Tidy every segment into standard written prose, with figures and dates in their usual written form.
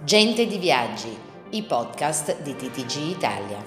Gente di Viaggi, i podcast di TTG Italia.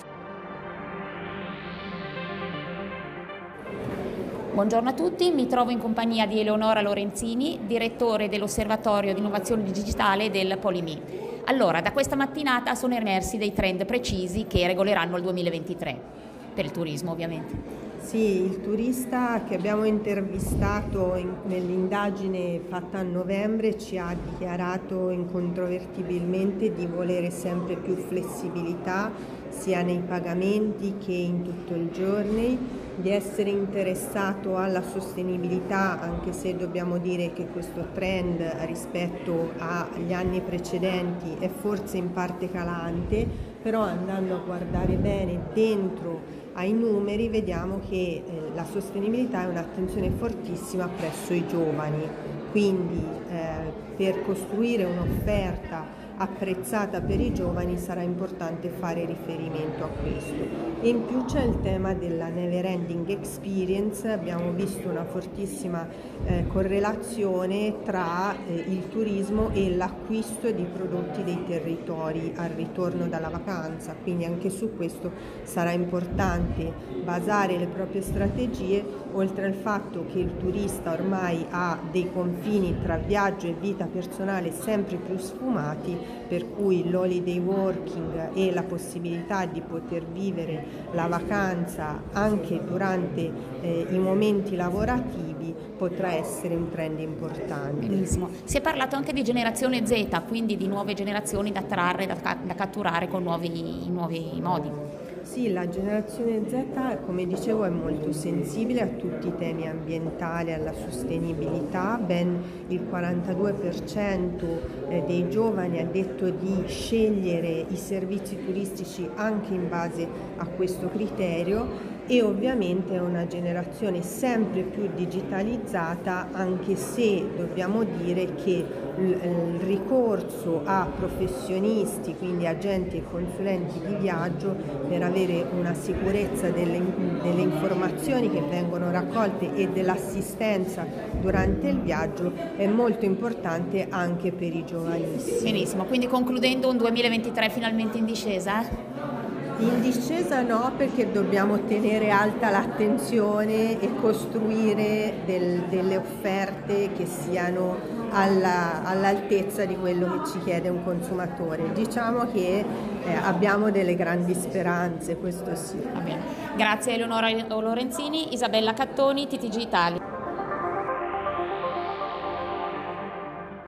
Buongiorno a tutti, mi trovo in compagnia di Eleonora Lorenzini, direttore dell'Osservatorio di Innovazione Digitale del Polimi. Allora, da questa mattinata sono emersi dei trend precisi che regoleranno il 2023, per il turismo ovviamente. Sì, il turista che abbiamo intervistato nell'indagine fatta a novembre ci ha dichiarato incontrovertibilmente di volere sempre più flessibilità sia nei pagamenti che in tutto il journey, di essere interessato alla sostenibilità, anche se dobbiamo dire che questo trend rispetto agli anni precedenti è forse in parte calante, però andando a guardare bene dentro ai numeri vediamo che la sostenibilità è un'attenzione fortissima presso i giovani, quindi per costruire un'offerta apprezzata per i giovani sarà importante fare riferimento a questo. E in più c'è il tema della never ending experience, abbiamo visto una fortissima correlazione tra il turismo e l'acquisto di prodotti dei territori al ritorno dalla vacanza, quindi anche su questo sarà importante basare le proprie strategie, oltre al fatto che il turista ormai ha dei confini tra viaggio e vita personale sempre più sfumati, per cui l'holiday working e la possibilità di poter vivere la vacanza anche durante i momenti lavorativi potrà essere un trend importante. Benissimo. Si è parlato anche di generazione Z, quindi di nuove generazioni da attrarre, da catturare con nuovi modi. Sì, la generazione Z, come dicevo, è molto sensibile a tutti i temi ambientali, alla sostenibilità. Ben il 42% dei giovani ha detto di scegliere i servizi turistici anche in base a questo criterio, e ovviamente è una generazione sempre più digitalizzata, anche se dobbiamo dire che il ricorso a professionisti, quindi agenti e consulenti di viaggio, per avere una sicurezza delle informazioni che vengono raccolte e dell'assistenza durante il viaggio è molto importante anche per i giovanissimi. Benissimo, quindi concludendo un 2023 finalmente in discesa? In discesa no, perché dobbiamo tenere alta l'attenzione e costruire delle offerte che siano all'altezza di quello che ci chiede un consumatore. Diciamo che abbiamo delle grandi speranze, questo sì. Va bene. Grazie Eleonora Lorenzini, Isabella Cattoni, TTG Italia.